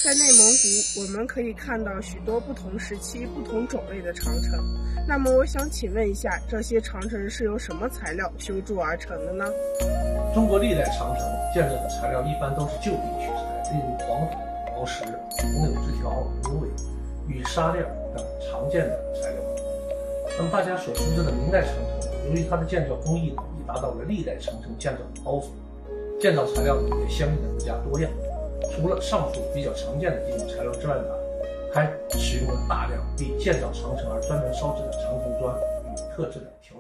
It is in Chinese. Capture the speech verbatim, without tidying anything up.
在内蒙古，我们可以看到许多不同时期、不同种类的长城。那么，我想请问一下，这些长城是由什么材料修筑而成的呢？ 中国历代长城建造的材料一般都是就地取材，例如黄土、毛石、红柳枝条、芦苇、与沙料等常见的材料。那么大家所熟知的明代长城，由于它的建造工艺呢，已达到了历代长城建造的高峰，建造材料呢也相应的更加多样。除了上述比较常见的几种材料之外呢，还使用了大量为建造长城而专门烧制的长城砖与特制的条